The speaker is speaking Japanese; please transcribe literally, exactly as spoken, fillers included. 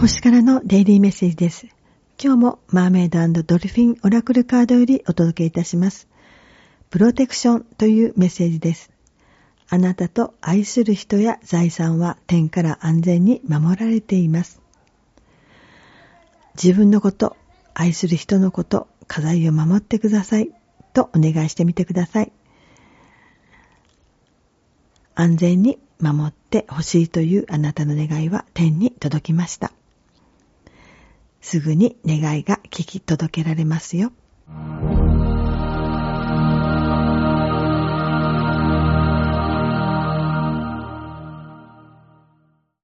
星からのデイリーメッセージです。今日もマーメイド&ドルフィンオラクルカードよりお届けいたします。プロテクションというメッセージです。あなたと愛する人や財産は天から安全に守られています。自分のこと、愛する人のこと、家財を守ってくださいとお願いしてみてください。安全に守ってほしいというあなたの願いは天に届きました。すぐに願いが聞き届けられますよ。